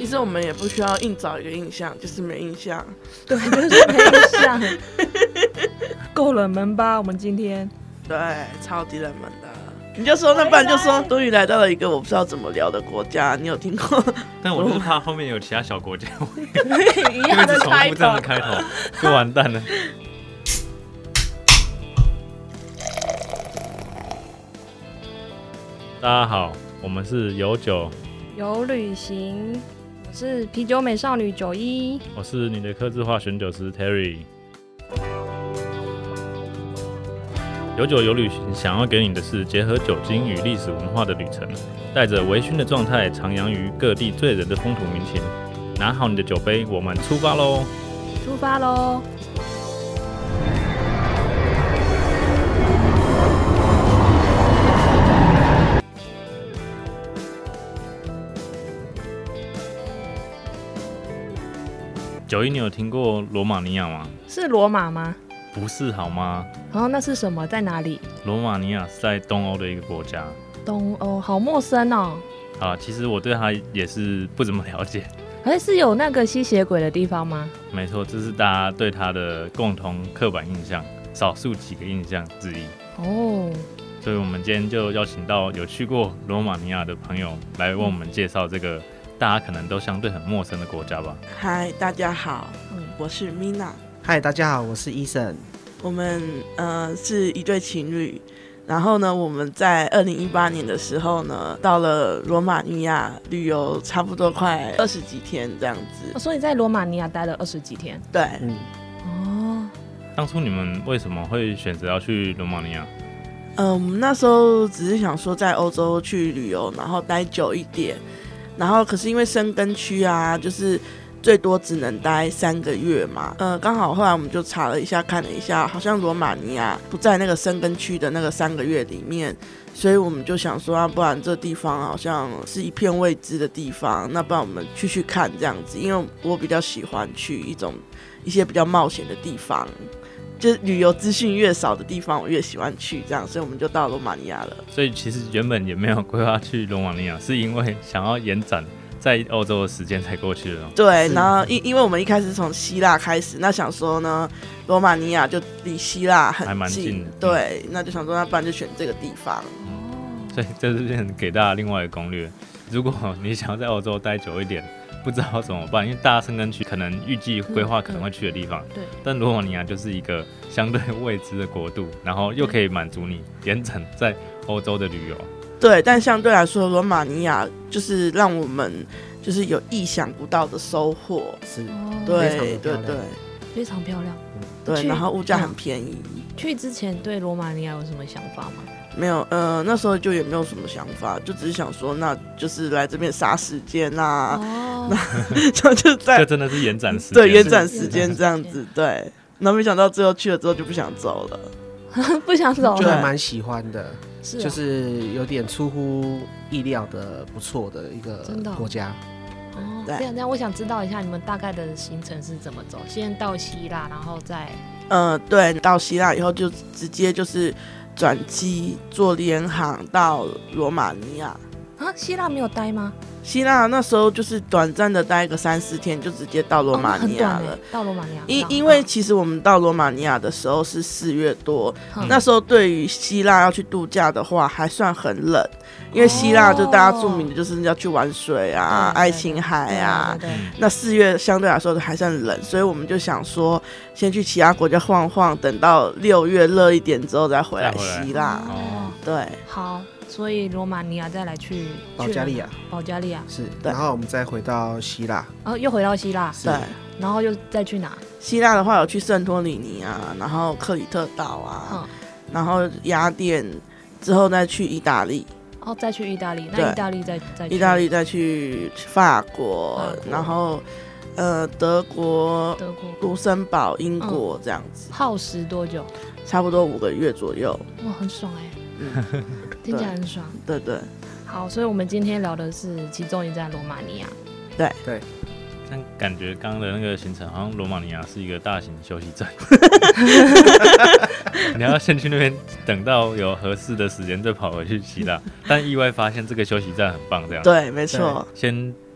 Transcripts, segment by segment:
其实我们也不需要硬找一个印象，就是没印象。 对，就是没印象。够冷门吧？我们今天对，超级冷门的。你就说，那不然就说，终于来到了一个我不知道怎么聊的国家，你有听过？ 但我就是怕后面有其他小国家， 一样的开头， 这样的开头就完蛋了。大家好，我们是有酒有旅行，我是啤酒美少女91， 我是你的客制化选酒师 Terry。有酒有旅行，想要给你的是结合酒精与历史文化的旅程，带着微醺的状态，徜徉于各地醉人的风土民情。拿好你的酒杯，我们出发喽！ 出发喽！ 91，你有听过罗马尼亚吗？ 是罗马吗？ 不是好吗？ 然后那是什么？在哪里？ 罗马尼亚是在东欧的一个国家。 东欧，好陌生哦。 其实我对它也是不怎么了解。 是有那个吸血鬼的地方吗？ 没错，这是大家对它的共同刻板印象，少数几个印象之一。 哦。 所以我们今天就邀请到有去过罗马尼亚的朋友来为我们介绍这个大家可能都相对很陌生的国家吧。 嗨，大家好，我是 Mina。 嗨，大家好，我是 Eason。 我们是一对情侣，然后呢，我们在2018年的时候呢，到了罗马尼亚旅游，差不多快20几天这样子。 所以在罗马尼亚待了20几天。 对， 哦。 当初你们为什么会选择要去罗马尼亚？ 我们那时候只是想说在欧洲去旅游，然后待久一点，然后可是因为申根区啊，就是最多只能待3个月嘛，刚好后来我们就查了一下，看了一下，好像罗马尼亚不在那个申根区的那个3个月里面，所以我们就想说，不然这地方好像是一片未知的地方，那不然我们去看这样子，因为我比较喜欢去一些比较冒险的地方。就是旅游资讯越少的地方，我越喜欢去，这样，所以我们就到罗马尼亚了。 所以其实原本也没有规划去罗马尼亚，是因为想要延展在欧洲的时间才过去的。 对，然后因为我们一开始从希腊开始，那想说呢，罗马尼亚就离希腊很近， 还蛮近， 对，那就想说，那不然就选这个地方。 所以这是给大家另外一个攻略，如果你想要在欧洲待久一点，不知道怎么办，因为大家申根区可能预计规划可能会去的地方， 对。 但罗马尼亚就是一个相对未知的国度，然后又可以满足你延展在欧洲的旅游。 对，但相对来说，罗马尼亚就是让我们就是有意想不到的收获， 是， 对对对， 非常漂亮， 对，然后物价很便宜。 去之前对罗马尼亚有什么想法吗？ 没有，那时候就也没有什么想法，就只是想说，那就是来这边杀时间啦，那就在， 这真的是延展时间， 对，延展时间这样子，对。然后没想到最后去了之后就不想走了， 不想走了， 就还蛮喜欢的， 是就是有点出乎意料的不错的一个国家。 这样，我想知道一下你们大概的行程是怎么走？先到希腊，然后再对，到希腊以后就直接就是转机坐联航到罗马尼亚。 希腊没有待吗？ 希腊那时候就是短暂的待个3-4天，就直接到罗马尼亚了。 到罗马尼亚， 因为其实我们到罗马尼亚的时候是4月多，那时候对于希腊要去度假的话还算很冷，因为希腊就大家著名的就是要去玩水啊、爱琴海啊，那4月相对来说还算冷，所以我们就想说先去其他国家晃晃，等到6月热一点之后再回来希腊。对， 好。所以罗马尼亚再来去保加利亚是， 然后我们再回到希腊， 又回到希腊， 对， 然后又再去哪？ 希腊的话有去圣托里尼啊，然后克里特岛啊，然后雅典，之后再去意大利， 再去意大利，那意大利再意大利再去法国，然后德国、卢森堡、英国这样子。 耗时多久？ 差不多5个月左右。 哇，很爽听起来很爽。 对对。 好，所以我们今天聊的是其中一站罗马尼亚。 对对。 但感觉刚刚的那个行程好像罗马尼亚是一个大型休息站，你要先去那边等到有合适的时间再跑回去希腊，但意外发现这个休息站很棒，这样。 对，没错。 先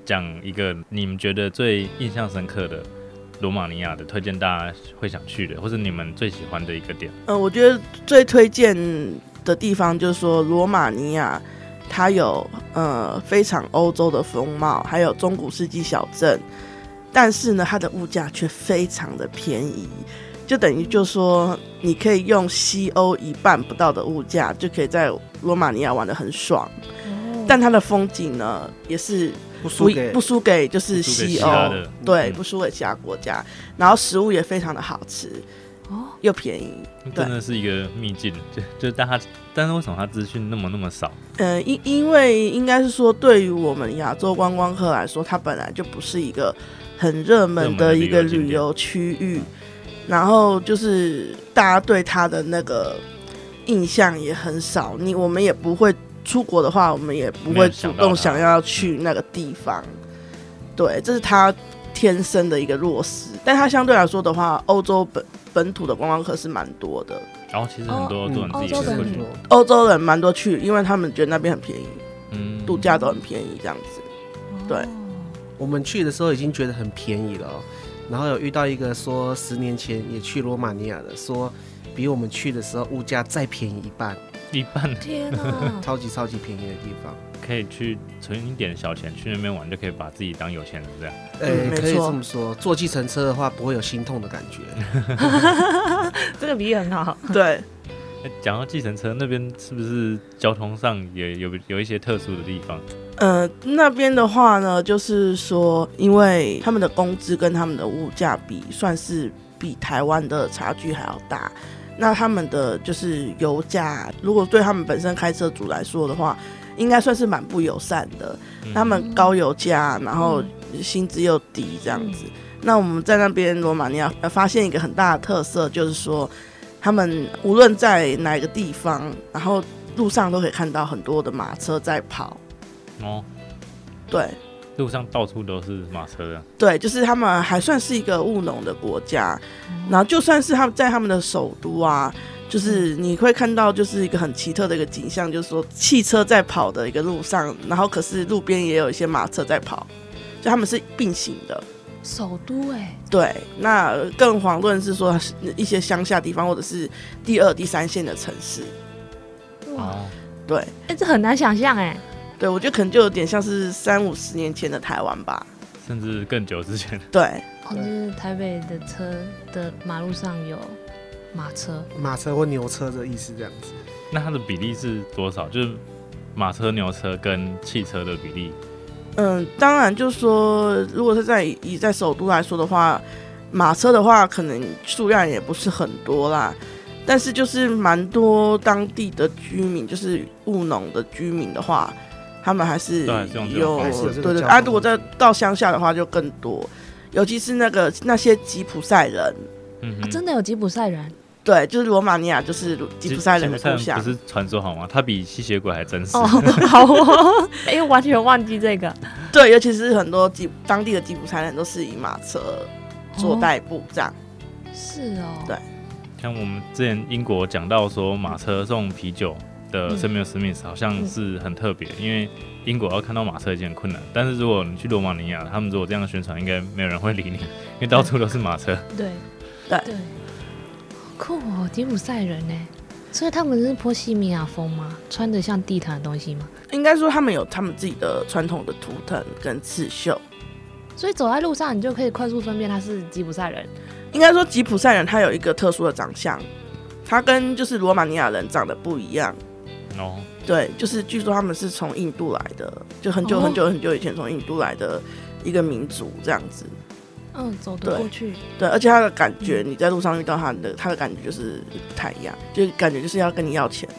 讲一个你们觉得最印象深刻的罗马尼亚的推荐大家会想去的，或是你们最喜欢的一个点。 我觉得最推荐的地方就是说罗马尼亚它有非常欧洲的风貌，还有中古世纪小镇，但是呢它的物价却非常的便宜，就等于就说你可以用西欧1半不到的物价就可以在罗马尼亚玩得很爽，但它的风景呢也是不输给就是西欧，对，不输给其他国家，然后食物也非常的好吃，又便宜， 真的是一个秘境。就但是为什么它资讯那么少？ 因为应该是说，对于我们亚洲观光客来说，它本来就不是一个很热门的一个旅游区域，然后就是大家对它的那个印象也很少，我们也不会出国的话，我们也不会主动想要去那个地方。对，这是它天生的一个弱势，但它相对来说的话，欧洲本土的观光客是蛮多的。 然后其实很多欧洲人自己会去， 欧洲人蛮多去，因为他们觉得那边很便宜，度假都很便宜这样子。对， 我们去的时候已经觉得很便宜了然后有遇到一个说10年前也去罗马尼亚的，说比我们去的时候物价再便宜一半， 天哪， 超级便宜的地方， 可以去存一点小钱去那边玩，就可以把自己当有钱人这样。 可以这么说，坐计程车的话不会有心痛的感觉。 这个比喻很好。 对， 讲到计程车那边，是不是交通上也有一些特殊的地方？ 那边的话呢，就是说，因为他们的工资跟他们的物价算是比台湾的差距还要大。那他们的就是油价，如果对他们本身开车族来说的话，应该算是蛮不友善的。他们高油价，然后薪资又低这样子。那我们在那边罗马尼亚发现一个很大的特色，就是说他们无论在哪一个地方，然后路上都可以看到很多的马车在跑。对， 路上到处都是马车啊。 对，就是他们还算是一个务农的国家，然后就算是他们在他们的首都啊，就是你会看到就是一个很奇特的一个景象，就是说汽车在跑的一个路上，然后可是路边也有一些马车在跑，就他们是并行的。 首都对，那更遑论是说一些乡下地方或者是第2、第3线的城市。对， 这很难想象对，我觉得可能就有点像是30-50年前的台湾吧， 甚至更久之前。 对， 就是台北的车的马路上有马车或牛车的意思这样子。 那它的比例是多少？就是马车、牛车跟汽车的比例？ 当然就是说，如果是在首都来说的话，马车的话可能数量也不是很多啦，但是就是蛮多当地的居民，就是务农的居民的话，他们还是有对啊。如果再到乡下的话就更多，尤其是那些吉普赛人。 真的有吉普赛人？ 对，就是罗马尼亚就是吉普赛人的故乡。 不是传说好吗？它比吸血鬼还真实。 好完全忘记这个。 对，尤其是很多当地的吉普赛人都是以马车做代步这样。 是对。 像我们之前英国讲到说马车送啤酒的圣缪斯密斯好像是很特别，因为英国要看到马车已经很困难，但是如果你去罗马尼亚，他们如果这样宣传，应该没有人会理你，因为到处都是马车。 对，好酷哦，吉普赛人呢？所以他们是波西米亚风吗？穿的像地毯的东西吗？ 应该说他们有他们自己的传统的图腾跟刺绣， 所以走在路上你就可以快速分辨他是吉普赛人。 应该说吉普赛人他有一个特殊的长相，他跟就是罗马尼亚人长得不一样。对，就是据说他们是从印度来的，就很久以前从印度来的一个民族这样子。 走得过去。 对，而且他的感觉，你在路上遇到他的感觉就是不太一样，就感觉就是要跟你要钱。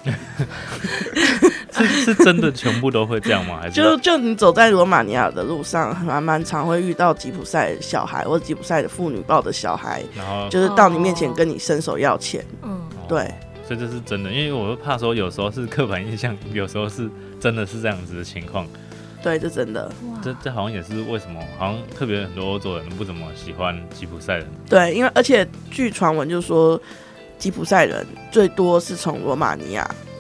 是真的全部都会这样吗？还是就你走在罗马尼亚的路上，还蛮常会遇到吉普赛小孩或者吉普赛的妇女抱的小孩， 然后就是到你面前跟你伸手要钱。对， 所以这是真的，因为我会怕说有时候是刻板印象，有时候是真的是这样子的情况。 对，这真的。 这好像也是为什么好像特别很多欧洲人不怎么喜欢吉普赛人。 对，因为而且据传闻就是说，吉普赛人最多是从罗马尼亚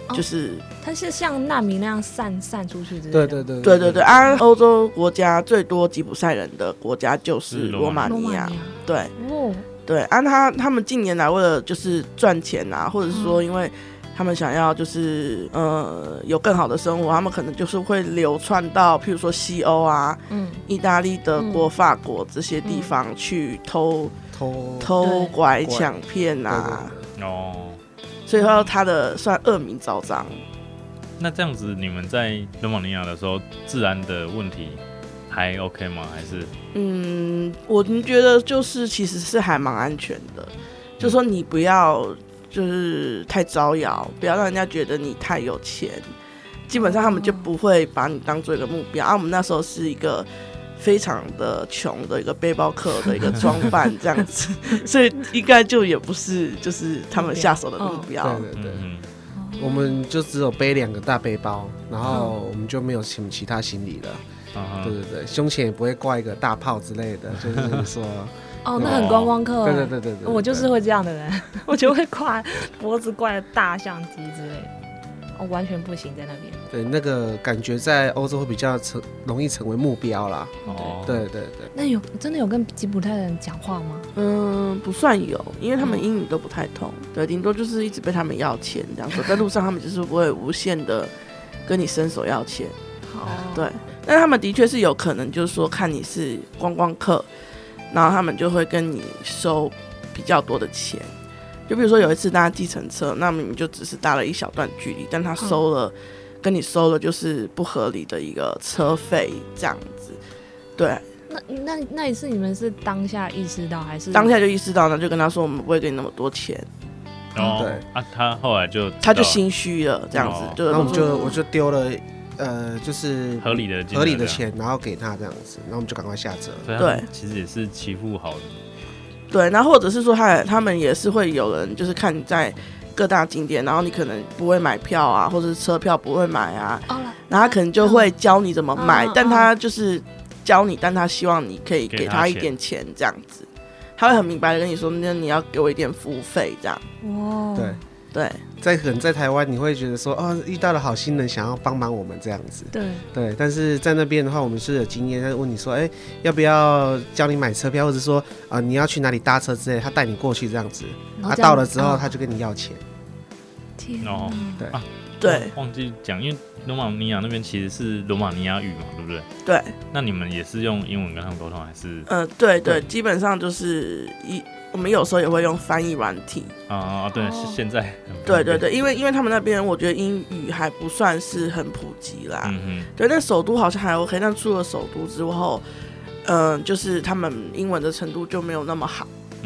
就是它是像难民那样散出去之类对的。 对啊，欧洲国家最多吉普赛人的国家就是罗马尼亚，对对啊，他们近年来为了就是赚钱啊，或者是说因为他们想要就是有更好的生活，他们可能就是会流窜到譬如说西欧啊，意大利、德国、法国这些地方去偷拐抢骗啊，所以说他的算恶名昭彰。 那这样子，你们在罗马尼亚的时候，治安的问题还 OK 吗？还是？ 我们觉得就是其实是还蛮安全的，就说你不要就是太招摇，不要让人家觉得你太有钱，基本上他们就不会把你当做一个目标。我们那时候是一个非常的穷的一个背包客的一个装扮这样子，所以应该就也不是就是他们下手的目标。 对，我们就只有背2个大背包，然后我们就没有其他行李了。对，胸前也不会挂一个大炮之类的，就是说。 那很观光客。 对， 我就是会这样的人，我就会脖子挂大相机之类的，完全不行在那边。 对，那个感觉在欧洲会比较容易成为目标啦。对。 那真的有跟吉普赛人讲话吗？ 不算有，因为他们英语都不太通，对，顶多就是一直被他们要钱这样子，在路上他们就是不会无限的跟你伸手要钱。对，但他们的确是有可能就是说看你是观光客，然后他们就会跟你收比较多的钱。就比如说有一次搭计程车，那么你就只是搭了一小段距离，但他跟你收了就是不合理的一个车费这样子。对， 那一次你们是当下意识到还是？ 当下就意识到呢，就跟他说我们不会给你那么多钱。 对啊，他后来他就心虚了这样子， 然后我就丢了。就是合理的钱，然后给他这样子，然后我们就赶快下车。 对， 其实也是欺负好的。 对，然后或者是说他们也是会有人就是看你在各大景点，然后你可能不会买票啊，或者是车票不会买啊，然后他可能就会教你怎么买，但他就是教你，但他希望你可以给他一点钱这样子，他会很明白的跟你说，那你要给我一点服务费这样。对， 可能在台湾你会觉得说，遇到了好心人想要帮忙我们这样子。对，但是在那边的话，我们是有经验，他问你说，要不要教你买车票，或者说你要去哪里搭车之类，他带你过去这样子。到了之后，他就跟你要钱。 天对， 忘记讲，因为罗马尼亚那边其实是罗马尼亚语嘛，对不对？ 对。 那你们也是用英文跟他们沟通，还是？ 对，基本上就是我们有时候也会用翻译软体对，现在对，因为他们那边我觉得英语还不算是很普及啦。对，那首都好像还 OK， 但出了首都之后，就是他们英文的程度就没有那么好。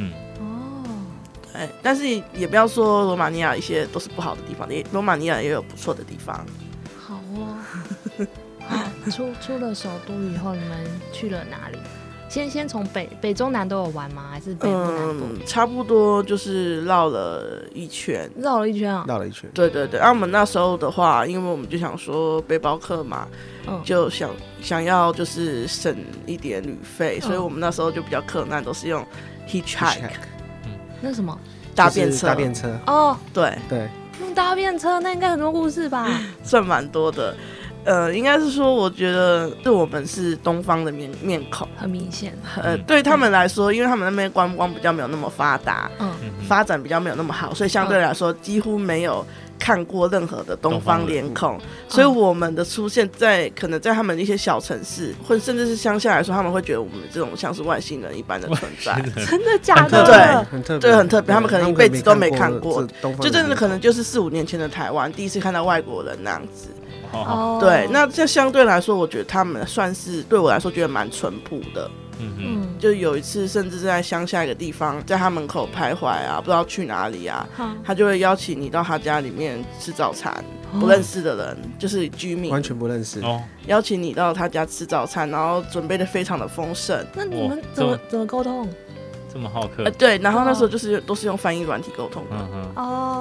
对，但是也不要说罗马尼亚一些都是不好的地方，罗马尼亚也有不错的地方。 好好，出了首都以后，你们去了哪里？先从北中南都有玩吗？还是北部南部？ 差不多就是绕了一圈啊。对。我们那时候的话，因为我们就想说背包客嘛，就想要就是省一点旅费，所以我们那时候就比较克难，都是用 hitchhike。 那什么？ 搭便车。 对。 用搭便车，那应该很多故事吧？ 算蛮多的。应该是说，我觉得对我们是东方的面孔， 很明显。 对他们来说，因为他们那边观光比较没有那么发达，发展比较没有那么好，所以相对来说几乎没有看过任何的东方脸孔，所以我们的出现可能在他们一些小城市，或甚至是乡下来说，他们会觉得我们这种像是外星人一般的存在。 真的假的？ 对， 很特别， 对，很特别。他们可能一辈子都没看过，就真的可能就是4-5年前的台湾，第一次看到外国人那样子。对，那这相对来说，我觉得他们算是对我来说觉得蛮淳朴的。就有一次，甚至在乡下一个地方，在他门口徘徊啊，不知道去哪里啊，他就会邀请你到他家里面吃早餐。不认识的人，就是居民， 完全不认识。 邀请你到他家吃早餐，然后准备的非常的丰盛。 那你们怎么沟通？ 这么好客？ 对，然后那时候都是用翻译软体沟通的。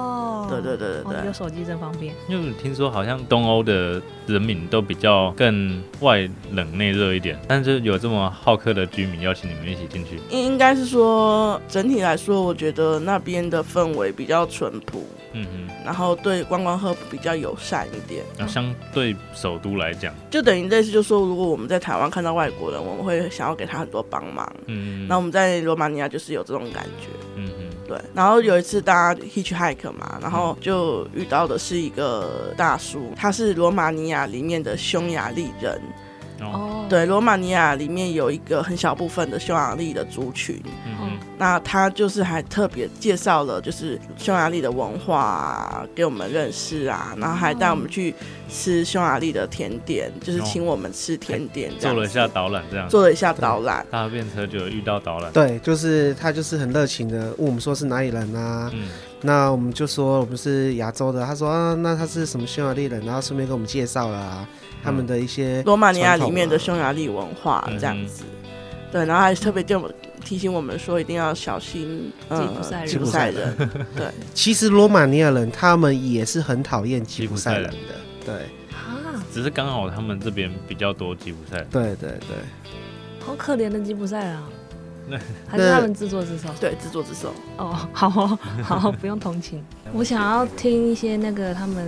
有手机真方便。 因为听说好像东欧的人民都比较更外冷内热一点，但是有这么好客的居民邀请你们一起进去， 应该是说整体来说，我觉得那边的氛围比较淳朴，然后对观光客比较友善一点。 相对首都来讲， 就等于类似，就说如果我们在台湾看到外国人，我们会想要给他很多帮忙。那我们在罗马尼亚就是有这种感觉。对。然后有一次大家 hitchhike 嘛，然后就遇到的是一个大叔，他是罗马尼亚里面的匈牙利人。对，罗马尼亚里面有一个很小部分的匈牙利的族群，那他就是还特别介绍了就是匈牙利的文化给我们认识啊，然后还带我们去吃匈牙利的甜点，就是请我们吃甜点这样， 做了一下导览，这样做了一下导览。 搭便车就有遇到导览， 对，就是他就是很热情的问我们说是哪里人啊，那我们就说我们是亚洲的，他说啊，那他是什么匈牙利人，然后顺便给我们介绍了啊他们的一些罗马尼亚里面的匈牙利文化这样子。对，然后还特别就提醒我们说一定要小心吉普赛人。对， 其实罗马尼亚人他们也是很讨厌吉普赛人的，对， 只是刚好他们这边比较多吉普赛人。 对， 好可怜的吉普赛人啊。还是他们自作自受？ 对，自作自受。 哦，好，不用同情。我想要听一些那个他们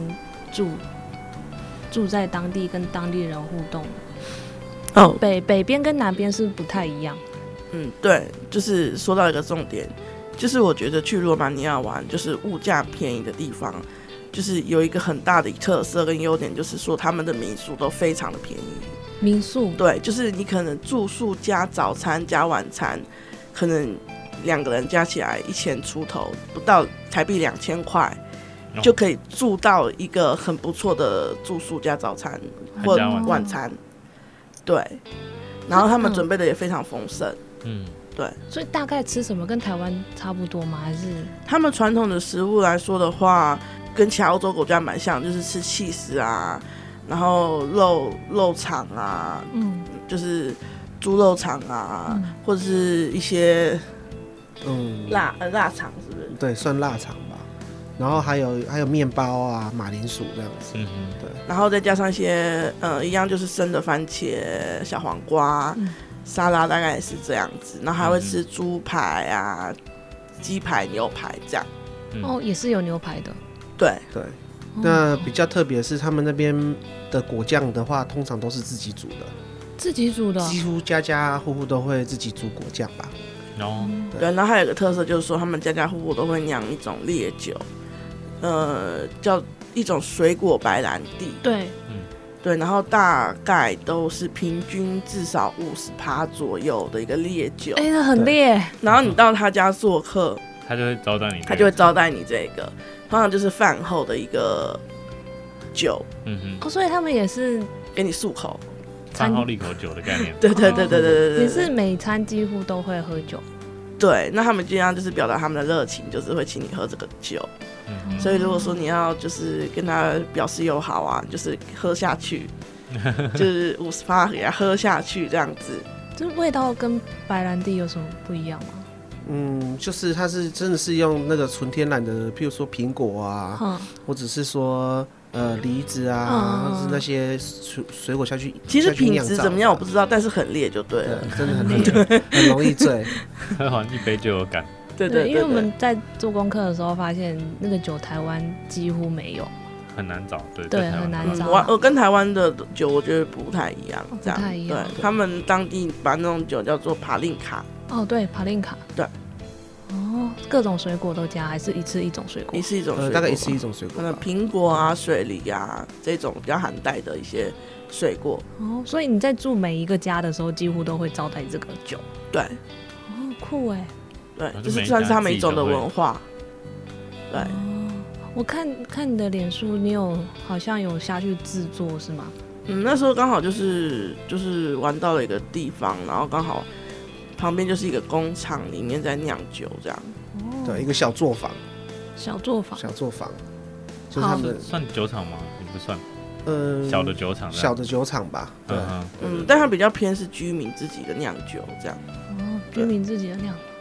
住在当地跟当地人互动。北边跟南边是不太一样。 对，就是说到一个重点，就是我觉得去罗马尼亚玩，就是物价便宜的地方，就是有一个很大的特色跟优点，就是说他们的民宿都非常的便宜。 民宿？对， 就是你可能住宿加早餐加晚餐，可能2个人加起来1000出头，不到台币2000块，就可以住到一个很不错的住宿加早餐或晚餐。对，然后他们准备的也非常丰盛。对。 所以大概吃什么跟台湾差不多吗？还是他们传统的食物来说的话，跟其他欧洲国家蛮像，就是吃起司啊，然后肉肠啊，就是猪肉肠啊，或者是一些腊肠，是不是？ 对，算腊肠吧。然后还有面包啊，马铃薯这样子。对。 然后再加上一些一样就是生的番茄、小黄瓜，沙拉大概也是这样子。然后还会吃猪排啊、鸡排、牛排这样。 也是有牛排的。 对。 那比较特别的是，他们那边的果酱的话，通常都是自己煮的。 自己煮的？ 几乎家家户户都会自己煮果酱吧。 对，然后还有一个特色就是说，他们家家户户都会酿一种烈酒。叫一种水果白兰地。对，然后大概都是平均至少50%左右的一个烈酒。 那很烈。 然后你到他家做客， 他就会招待你这个，通常就是饭后的一个酒。 所以他们也是给你漱口， 饭后利口酒的概念。 对， 也是每餐几乎都会喝酒。 对，那他们尽量就是表达他们的热情，就是会请你喝这个酒。所以如果说你要就是跟他表示友好啊，就是喝下去，就是50%给他喝下去这样子。 这味道跟白兰地有什么不一样吗？ 就是它是真的是用那个纯天然的，譬如说苹果啊，或者是说梨子啊，或者是那些水果下去。 其实品质怎么样我不知道，但是很烈就对了， 真的很烈，很容易醉， 喝完一杯就有感。 对，因为我们在做功课的时候发现，那个酒台湾几乎没有， 很难找。 对，很难找。 我跟台湾的酒我觉得不太一样， 不太一样。 对，他们当地把那种酒叫做帕令卡。 对，帕令卡。 对。 各种水果都加，还是一次一种水果？ 一次一种水果， 大概一次一种水果。 苹果啊、水梨啊这种比较含带的一些水果。 所以你在住每一个家的时候，几乎都会招待这个酒。 对。 酷哎。 对，就是算是他们一种的文化。对。 我看你的脸书，你好像有下去制作是吗？ 那时候刚好就是玩到了一个地方，然后刚好旁边就是一个工厂，里面在酿酒这样。 对，一个小作坊。 小作坊， 就是他们算酒厂吗？也不算。小的酒厂。 小的酒厂吧。对。 但它比较偏是居民自己的酿酒这样。 居民自己的酿。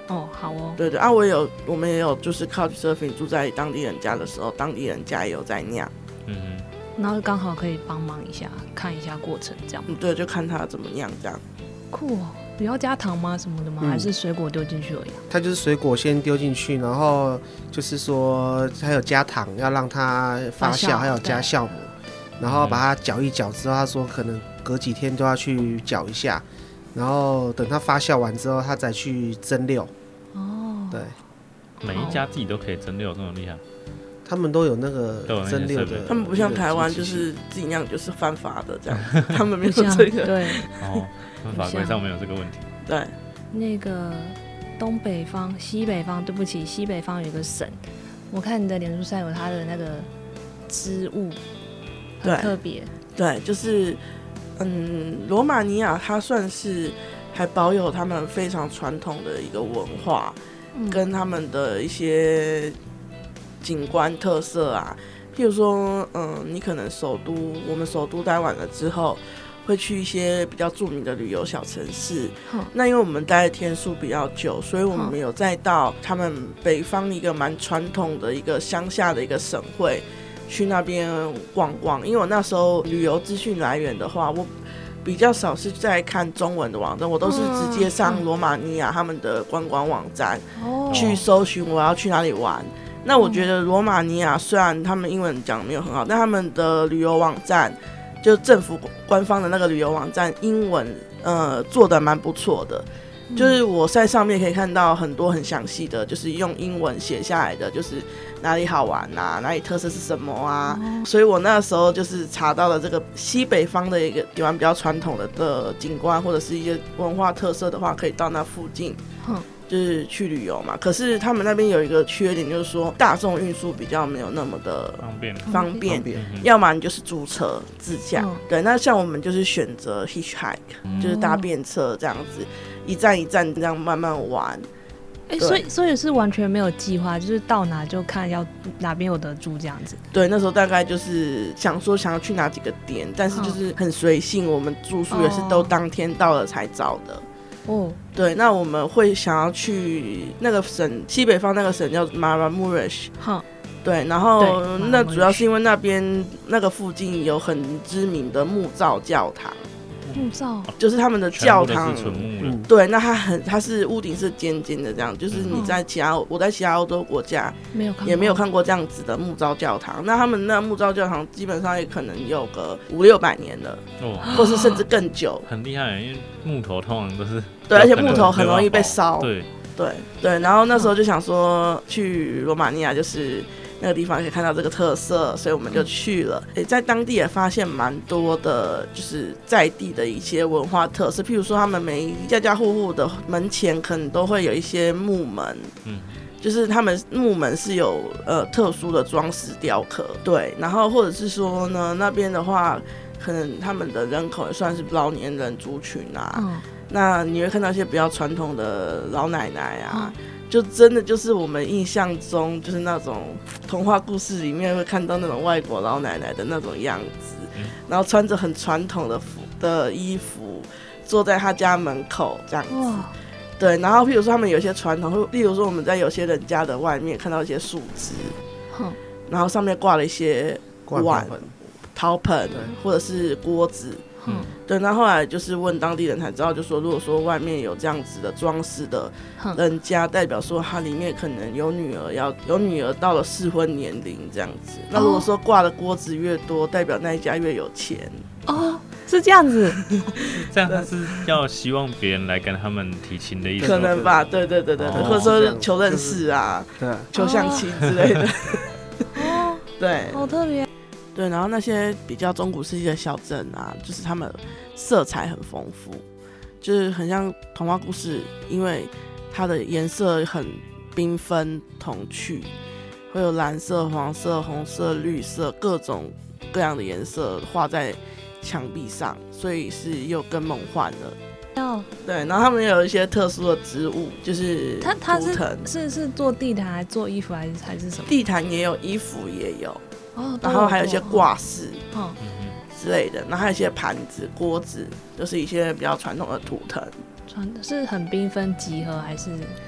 哦，好哦。 对对啊，我们也有就是 Couchsurfing 住在当地人家的时候，当地人家也有在酿。 然后刚好可以帮忙一下，看一下过程这样。 对，就看他怎么酿这样。 酷哦，不要加糖吗？什么的吗？还是水果丢进去而已？ 它就是水果先丢进去，然后就是说还有加糖，要让它发酵，还有加酵母，然后把它搅一搅之后，他说可能隔几天都要去搅一下，然后等它发酵完之后，他再去蒸馏。哦，对， 每一家自己都可以蒸馏，这么厉害。 他们都有那个蒸馏的， 他们不像台湾就是自己酿就是犯法的这样，他们没有这个。 对， 法规上没有这个问题。 对， 那个东北方、西北方，对不起，西北方有一个省，我看你的脸书上有它的那个织物，很特别。 对，就是罗马尼亚它算是还保有他们非常传统的一个文化，跟他们的一些景观特色啊，譬如说，你可能我们首都待完了之后，会去一些比较著名的旅游小城市。那因为我们待的天数比较久，所以我们有再到他们北方一个蛮传统的一个乡下的一个省会，去那边逛逛。因为我那时候旅游资讯来源的话，我比较少是在看中文的网站，我都是直接上罗马尼亚他们的观光网站去搜寻我要去哪里玩。那我觉得罗马尼亚虽然他们英文讲没有很好，但他们的旅游网站，就政府官方的那个旅游网站，英文做的蛮不错的。就是我在上面可以看到很多很详细的，就是用英文写下来的，就是哪里好玩啊，哪里特色是什么啊。所以我那时候就是查到了这个西北方的一个地方比较传统的景观或者是一些文化特色的话，可以到那附近。就是去旅游嘛，可是他们那边有一个缺点，就是说大众运输比较没有那么的方便，要么你就是租车自驾。对，那像我们就是选择 hitchhike，就是搭便车这样子，一站一站这样慢慢玩。 所以是完全没有计划，就是到哪就看要哪边有得住这样子。 对，那时候大概就是想要去哪几个点，但是就是很随性，我们住宿也是都当天到了才找的。对，那我们会想要去那个省，西北方那个省叫 Marramuresh。对，然后那主要是因为那边那个附近有很知名的木造教堂。 木造就是他们的教堂，对，那它是屋顶是尖尖的这样，就是你在我在其他欧洲国家也没有看过这样子的木造教堂。那他们那木造教堂基本上也可能有个500-600年了，或是甚至更久， 很厉害。因为木头通常都是对，而且木头很容易被烧。 对， 然后那时候就想说去罗马尼亚，就是那个地方可以看到这个特色，所以我们就去了。在当地也发现蛮多的，就是在地的一些文化特色，譬如说他们每一家户户的门前可能都会有一些木门，就是他们木门是有特殊的装饰雕刻，对，然后或者是说呢，那边的话，可能他们的人口也算是老年人族群啊，那你会看到一些比较传统的老奶奶啊。就真的就是我们印象中就是那种童话故事里面会看到那种外国老奶奶的那种样子，然后穿着很传统的衣服，坐在他家门口这样子。对，然后譬如说他们有些传统，例如说我们在有些人家的外面看到一些树枝，然后上面挂了一些碗、陶盆或者是锅子。对，那后来就是问当地人才知道，就说如果说外面有这样子的装饰的人家，代表说他里面可能有女儿到了适婚年龄这样子。那如果说挂的锅子越多，代表那一家越有钱。 是这样子。 这样他是要希望别人来跟他们提亲的意思， 可能吧？对，或者说求认识啊，求相亲之类的。对， 好特别。 对，然后那些比较中古世纪的小镇啊，就是他们色彩很丰富，就是很像童话故事，因为它的颜色很缤纷童趣，会有蓝色、黄色、红色、绿色各种各样的颜色画在墙壁上，所以是又更梦幻了。对，然后他们有一些特殊的植物，就是它是做地毯还是做衣服还是什么？ 地毯也有，衣服也有。然后还有一些挂饰之类的，然后还有一些盘子、锅子，就是一些比较传统的图腾。 是很缤纷集合还是？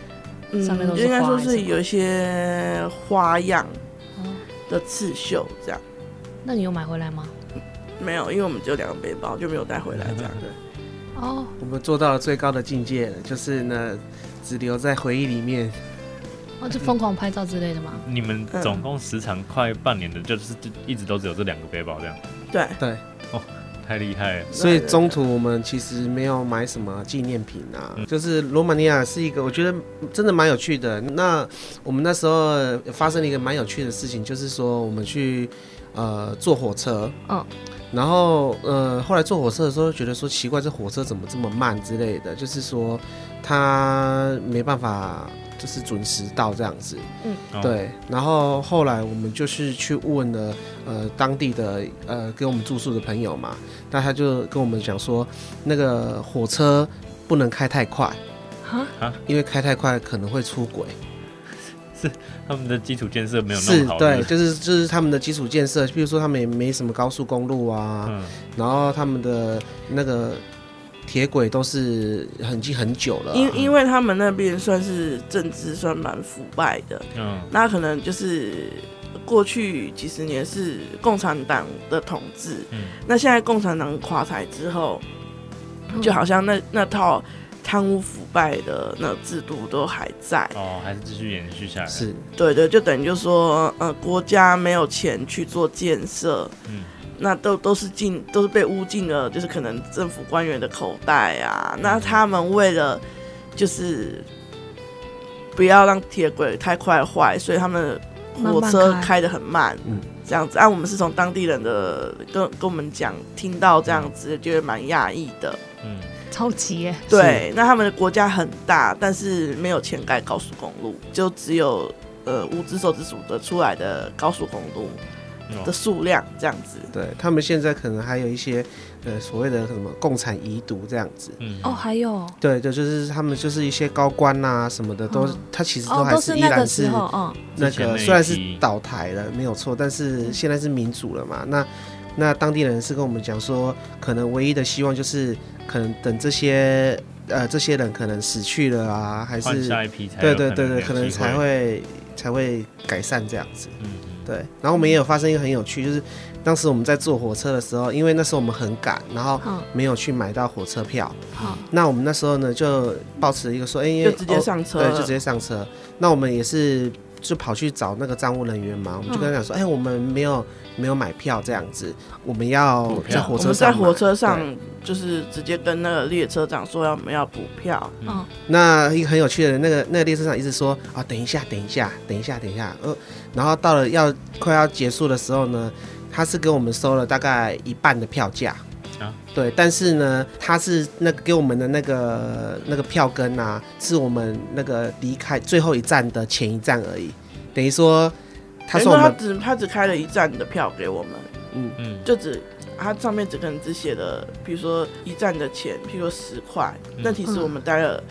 上面都是花， 应该说是有一些花样的刺绣这样。 那你有买回来吗？ 没有，因为我们只有2个背包，就没有带回来这样。 哦， 我们做到了最高的境界了，就是呢，只留在回忆里面。 哦，就疯狂拍照之类的吗？ 你们总共时长快半年的，就是一直都只有这2个背包这样。 对， 哦，太厉害了。 所以中途我们其实没有买什么纪念品啊，就是罗马尼亚是一个我觉得真的蛮有趣的。那我们那时候发生了一个蛮有趣的事情，就是说我们去坐火车，然后后来坐火车的时候觉得说奇怪，这火车怎么这么慢之类的，就是说它没办法就是准时到这样子，对。然后后来我们就是去问了当地的给我们住宿的朋友嘛，那他就跟我们讲说，那个火车不能开太快，因为开太快可能会出轨。 是他们的基础建设没有弄好， 是，对，就是他们的基础建设，比如说他们也没什么高速公路啊，然后他们的那个铁轨都是已经很久了， 因为他们那边算是政治算蛮腐败的，那可能就是过去几十年是共产党的统治，那现在共产党垮台之后，就好像那套贪污腐败的那制度都还在， 还是继续延续下来。 是， 对，就等于就说，国家没有钱去做建设，那都是被污进了，就是可能政府官员的口袋啊。那他们为了就是不要让铁轨太快坏，所以他们火车开得很慢，这样子。我们是从当地人的跟我们讲，听到这样子，觉得蛮讶异的。 超级耶！ 对，那他们的国家很大，但是没有钱盖高速公路，就只有5只手指数得出来的高速公路的数量这样子。 对，他们现在可能还有一些所谓的什么共产遗毒这样子。 还有。 对，就是他们就是一些高官啊什么的都，他其实都还是依然是那个虽然是倒台了没有错，但是现在是民主了嘛。那当地人是跟我们讲说，可能唯一的希望就是可能等这些人可能死去了啊，还是下一批才对，可能才会改善这样子。对。然后我们也有发生一个很有趣，就是当时我们在坐火车的时候，因为那时候我们很赶，然后没有去买到火车票。那我们那时候呢就抱持一个说，就直接上车， 对，就直接上车。那我们也是就跑去找那个站务人员嘛，我们就跟他讲说，我们没有买票这样子，我们要在火车上， 我们在火车上就是直接跟那个列车长说我们要补票。 那一个很有趣的那个列车长一直说等一下，然后到了快要结束的时候呢，他是给我们收了大概1半的票价。对，但是呢，他是那个给我们的那个票根啊，是我们那个离开最后一站的前一站而已，等于说他说他只开了1站的票给我们，就他上面可能只写了，比如说1站的钱，譬如说10块，但其实我们搭了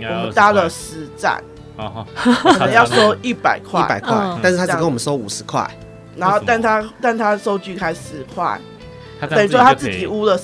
10站，可能要收100块， 但是他只跟我们收50块， 然后但他收据开10块。等于说他自己污了40。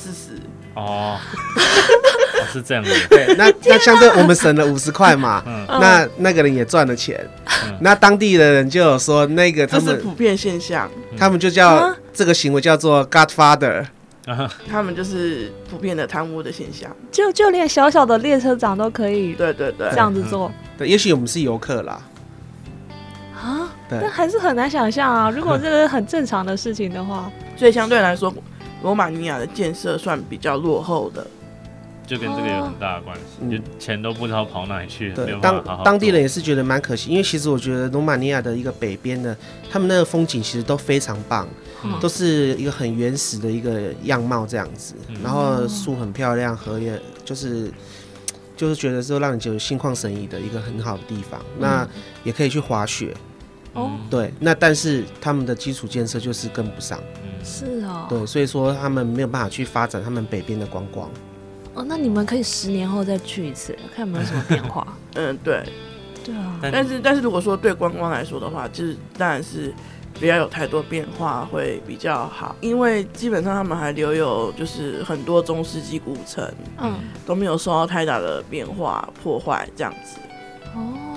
是这样的。 对，那相对我们省了50块嘛，那个人也赚了钱。那当地的人就有说，那个他们这是普遍现象， 他们就叫这个行为叫做 Godfather。 他们就是普遍的贪污的现象， 就连小小的列车长都可以， 对， 这样子做。 对，也许我们是游客啦。 但还是很难想象啊！如果这个很正常的事情的话， 所以相对来说，罗马尼亚的建设算比较落后的， 就跟这个有很大的关系，就钱都不知道跑哪里去。 对，当地人也是觉得蛮可惜，因为其实我觉得罗马尼亚的一个北边的，他们那个风景其实都非常棒，都是一个很原始的一个样貌这样子，然后树很漂亮，河也就是觉得说让你觉得心旷神怡的一个很好的地方。那也可以去滑雪。对，那但是他们的基础建设就是跟不上。 是对，所以说他们没有办法去发展他们北边的观光。 那你们可以10年后再去一次，看有没有什么变化。 对啊。 但是如果说对观光来说的话，就是当然是不要有太多变化会比较好，因为基本上他们还留有就是很多中世纪古城，都没有受到太大的变化破坏这样子。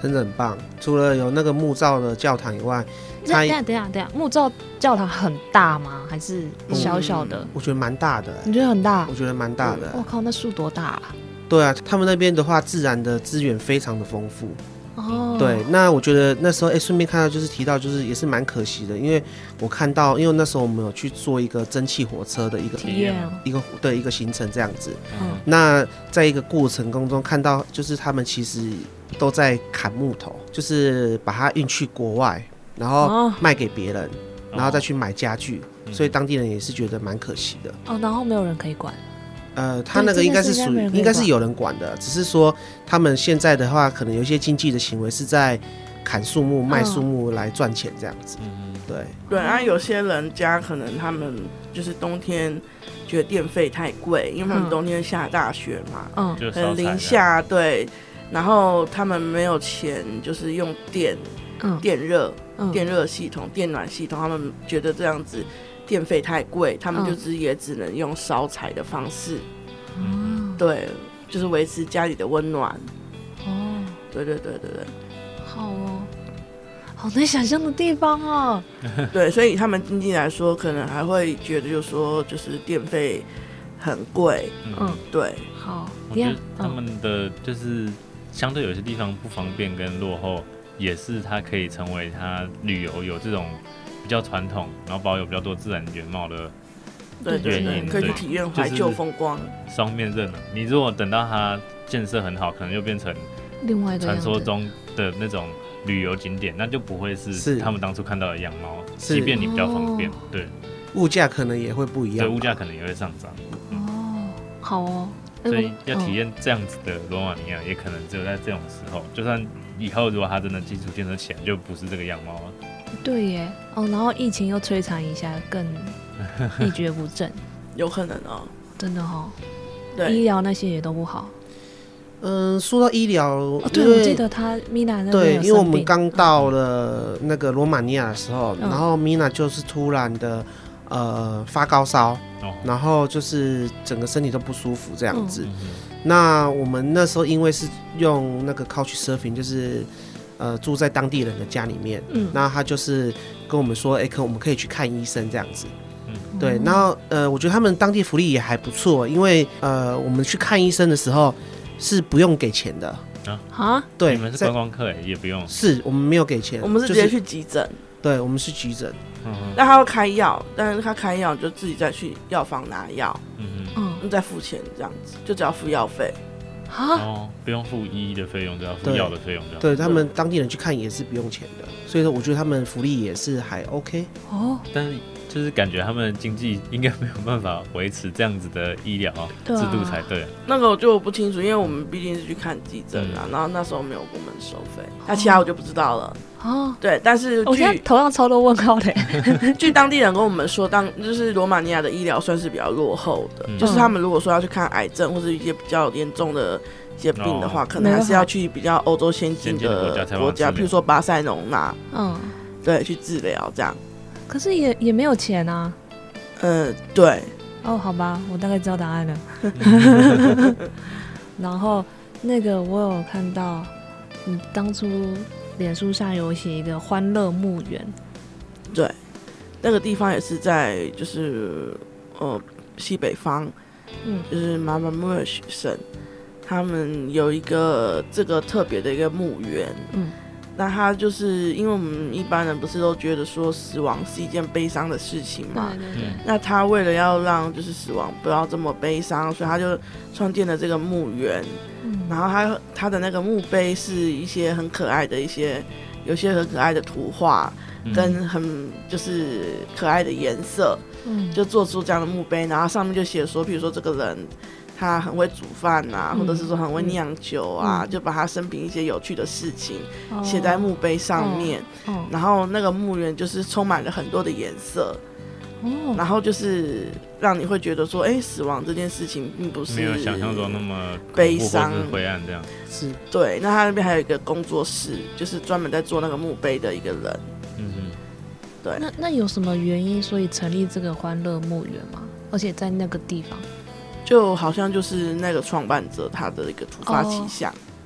真的很棒。除了有那个木造的教堂以外， 等一下，木造教堂很大吗？还是小小的？ 我觉得蛮大的。 你觉得很大？ 我觉得蛮大的。 我靠，那树多大啊？ 对啊，他们那边的话，自然的资源非常的丰富。 哦， 对，那我觉得那时候顺便看到就是提到就是也是蛮可惜的，因为我看到，因为那时候我们有去做一个蒸汽火车的一个体验， 一个行程这样子。那在一个过程中看到，就是他们其实都在砍木头，就是把它运去国外，然后卖给别人，然后再去买家具，所以当地人也是觉得蛮可惜的。 然后没有人可以管。 他那个应该是属于，应该是有人管的，只是说他们现在的话，可能有一些经济的行为是在砍树木、卖树木来赚钱这样子。对， 然后有些人家可能他们就是冬天觉得电费太贵，因为他们冬天下大雪嘛，可能零下，对，然后他们没有钱，就是用电热系统、电暖系统，他们觉得这样子电费太贵，他们就也只能用烧柴的方式，对，就是维持家里的温暖。对， 好哦，好难想象的地方哦。 对，所以他们经济来说，可能还会觉得就是说，就是电费很贵。对， 好， 我觉得他们的就是相对有些地方不方便跟落后，也是它可以成为它旅游有这种比较传统，然后保有比较多自然原貌的原因， 可以去体验怀旧风光。 双面刃了，你如果等到它建设很好，可能又变成另外一个传说中的那种旅游景点，那就不会是他们当初看到的样貌。即便你比较方便，对， 物价可能也会不一样， 对，物价可能也会上涨。 好哦。 所以要体验这样子的罗马尼亚，也可能只有在这种时候，就算以后如果它真的基础建设起来，就不是这个样貌了。 对耶，然后疫情又摧残一下，更一蹶不振， 有可能真的对， 医疗那些也都不好。 说到医疗， 对，我记得他米娜那边对，因为我们刚到了那个罗马尼亚的时候，然后米娜就是突然的发高烧，然后就是整个身体都不舒服这样子。那我们那时候因为是用那个 Couchsurfing， 就是住在当地人的家里面，那他就是跟我们说，我们可以去看医生这样子。对，然后我觉得他们当地福利也还不错，因为我们去看医生的时候是不用给钱的对， 你们是观光客也不用， 是我们没有给钱， 我们是直接去急诊。 对，我们是急诊。 那他会开药，但是他开药就自己再去药房拿药，再付钱这样子，就只要付药费。 不用付医的费用，只要付药的费用。 对，他们当地人去看也是不用钱的，所以说我觉得他们福利也是还 OK。 但是就是感觉他们的经济应该没有办法维持这样子的医疗制度才对。 那个我就不清楚，因为我们毕竟是去看急诊啦，然后那时候没有跟我们收费，那其他我就不知道了。对，但是我现在头上超多问号的。 据当地人跟我们说，就是罗马尼亚的医疗算是比较落后的，就是他们如果说要去看癌症或者一些比较严重的一些病的话，可能还是要去比较欧洲先进的国家，譬如说巴塞隆纳，对，去治疗这样。 可是也没有钱啊。 对。 好吧，我大概知道答案了。然后那个我有看到，你当初脸书上有写一个欢乐墓园。 对，那个地方也是在就是西北方，就是马马穆尔省，他们有一个这个特别的一个墓园。那他就是因为我们一般人不是都觉得说死亡是一件悲伤的事情嘛，那他为了要让就是死亡不要这么悲伤，所以他就创建了这个墓园。然后他的那个墓碑是一些很可爱的有些很可爱的图画，跟很就是可爱的颜色，就做出这样的墓碑，然后上面就写说，比如说这个人他很会煮饭啊，或者是说很会酿酒啊，就把他生平一些有趣的事情写在墓碑上面。然后那个墓园就是充满了很多的颜色，然后就是让你会觉得说，死亡这件事情并不是没有想象中那么悲伤或是灰暗这样。 是， 对。那他那边还有一个工作室，就是专门在做那个墓碑的一个人。对。 那有什么原因所以成立这个欢乐墓园吗？而且在那个地方？ 就好像就是那个创办者他的一个突发奇想。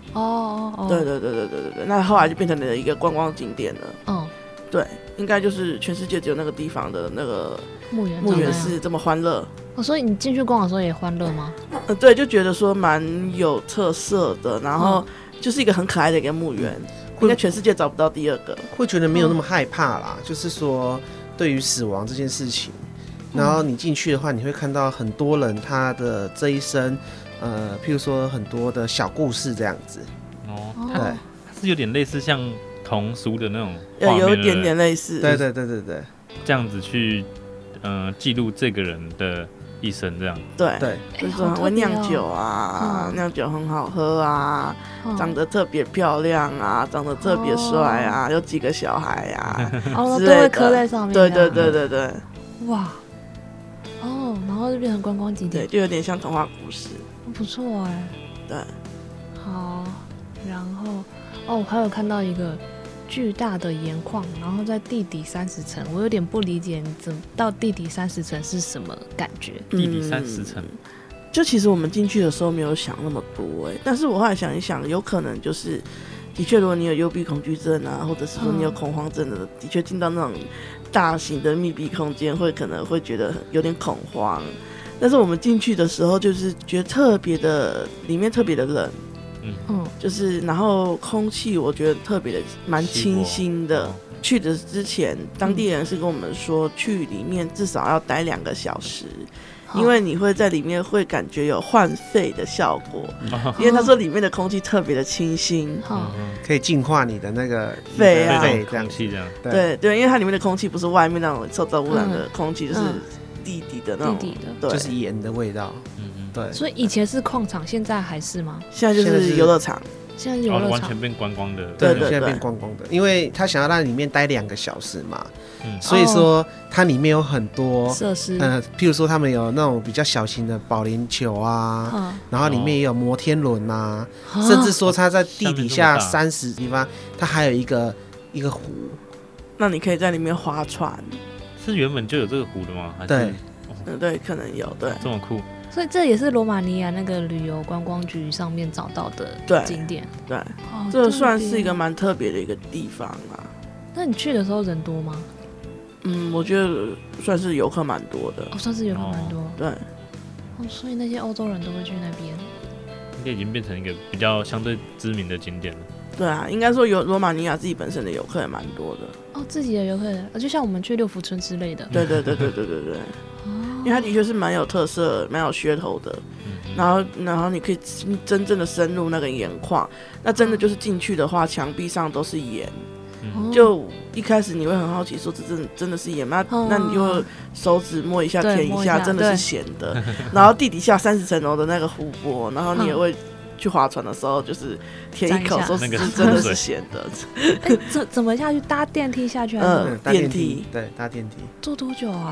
对，那后来就变成了一个观光景点了。对，应该就是全世界只有那个地方的那个墓园是这么欢乐。 所以你进去逛的时候也欢乐吗？ 对，就觉得说蛮有特色的，然后就是一个很可爱的一个墓园，应该全世界找不到第二个。 会觉得没有那么害怕啦，就是说对于死亡这件事情，然后你进去的话，你会看到很多人他的这一生，譬如说很多的小故事这样子。 对，它是有点类似像童俗的那种画面， 有一点点类似。 对， 这样子去记录这个人的一生这样。 对，就是说很会酿酒啊，酿酒很好喝啊，长得特别漂亮啊，长得特别帅啊，有几个小孩啊， 都会刻在上面。 对，哇， 然后就变成观光景点， 对，就有点像童话故事， 不错哎。 对， 好，然后我还有看到一个巨大的盐矿，然后在地底30层，我有点不理解，你怎么到地底30层是什么感觉？ 地底30层， 就其实我们进去的时候没有想那么多但是我后来想一想，有可能就是的确，如果你有幽闭恐惧症啊，或者是说你有恐慌症的，的确进到那种大型的密闭空间，可能会觉得有点恐慌。但是我们进去的时候，就是觉得里面特别的冷。就是然后空气我觉得特别的蛮清新的。去的之前当地人是跟我们说，去里面至少要待2个小时，因为你会在里面会感觉有换肺的效果，因为他说里面的空气特别的清新， 可以净化你的那个肺啊， 这样气这样。 对，因为它里面的空气不是外面那种受到污染的空气，就是地底的那种， 对，就是盐的味道。对， 所以以前是矿场，现在还是吗？ 现在就是游乐场。 现在游乐场完全变观光的。 对，现在变观光的，因为他想要在里面待2个小时嘛，所以说它里面有很多设施， 譬如说他们有那种比较小型的保龄球啊，然后里面也有摩天轮啊，甚至说它在地底下30地方，它还有一个湖， 那你可以在里面划船。 是原本就有这个湖的吗？还是对，可能有。对， 这么酷。 所以这也是罗马尼亚那个旅游观光局上面找到的景点。 对，这算是一个蛮特别的一个地方啊。 那你去的时候人多吗？ 我觉得算是游客蛮多的。 算是游客蛮多。 对。 所以那些欧洲人都会去那边。 应该已经变成一个比较相对知名的景点了。 对啊，应该说罗马尼亚自己本身的游客也蛮多的。 自己的游客，就像我们去六福村之类的。 对。因为它的确是蛮有特色、蛮有噱头的，然后你可以真正的深入那个盐矿，那真的就是进去的话，墙壁上都是盐，就一开始你会很好奇说这真的是盐吗？那你就手指摸一下、舔一下，真的是咸的。然后地底下30层楼的那个湖泊，然后你也会去划船的时候，就是舔一口，说是真的是咸的。 怎么下去？搭电梯下去还是？ 电梯。 对，搭电梯。 坐多久啊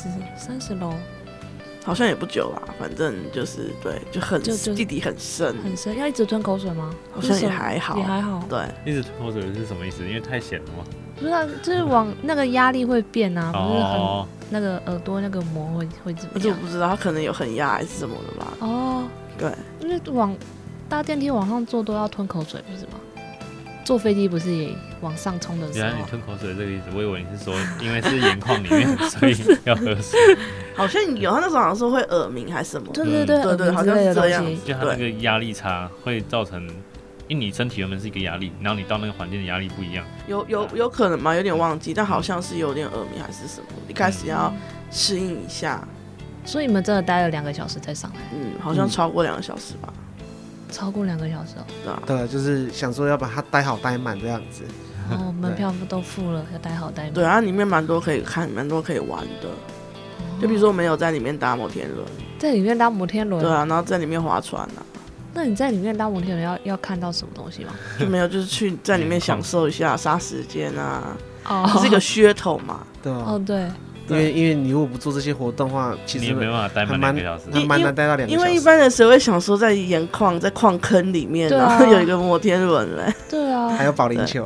？30楼？ 好像也不久啦，反正就是对，就地底很深， 要一直吞口水吗？ 好像也还好，对， 一直吞口水是什么意思？因为太咸了吗？ 不是啊，就是往那个压力会变啊，不是很那个耳朵那个膜会怎么样？ 我不知道，它可能有很压还是什么的吧。对， 因为搭电梯往上坐都要吞口水，不是吗？坐飞机不是也往上冲的时候？ 原来你吞口水这个意思，我以为你是说因为是盐矿里面，所以要喝水。 好像有，他那时候好像说会耳鸣还是什么？ 对， 好像是这样。 就它那个压力差会造成，因为你身体原本是一个压力，然后你到那个环境的压力不一样。 有可能吗？有点忘记，但好像是有点耳鸣还是什么，一开始要适应一下。 所以你们真的待了2个小时才上来？ 好像超过2个小时吧。 超过2个小时对，就是想说要把它待好待满这样子。 门票都付了，要待好待满。 对啊，里面蛮多可以看，蛮多可以玩的。就比如说我们有在里面搭摩天轮， 在里面搭摩天轮。 对啊，然后在里面划船啊。 那你在里面搭摩天轮要看到什么东西吗？ 就没有，就是去在里面享受一下杀时间啊。是一个噱头嘛。 对啊。 对。 因为你如果不做这些活动的话，其实你也没办法待满2个小时， 蛮难待到2个小时。 因为一般人谁会想说在盐矿、在矿坑里面，然后有一个摩天轮嘞？ 对啊， 还有保龄球。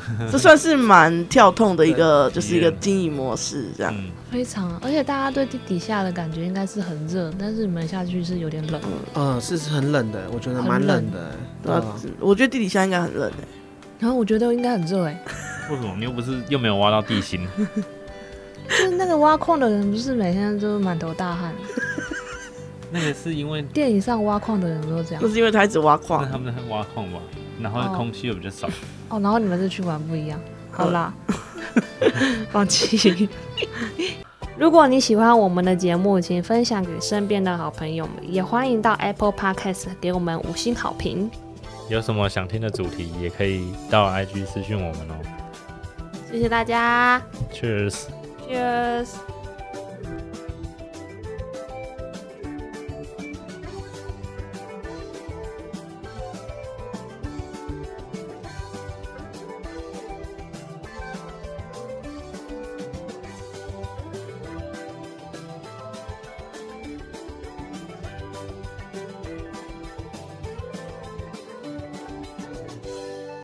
这算是蛮跳痛的一个，就是一个经营模式这样。 非常，而且大家对地底下的感觉应该是很热，但是你们下去是有点冷。 是很冷的，我觉得蛮冷的。 对啊，我觉得地底下应该很冷然后我觉得应该很热为什么？你又没有挖到地心？ 就是那个挖矿的人不是每天都满头大汗？ 那个是因为电影上挖矿的人都这样。 那是因为他一直挖矿， 那他们在挖矿吧，然后空气又比较少。 然后你们是去玩不一样。好啦，放弃。如果你喜欢我们的节目，请分享给身边的好朋友们，也欢迎到 Apple Podcast 给我们5星好评。 有什么想听的主题，也可以到 IG 私讯我们哦。 谢谢大家 ，Cheers。 Cheers。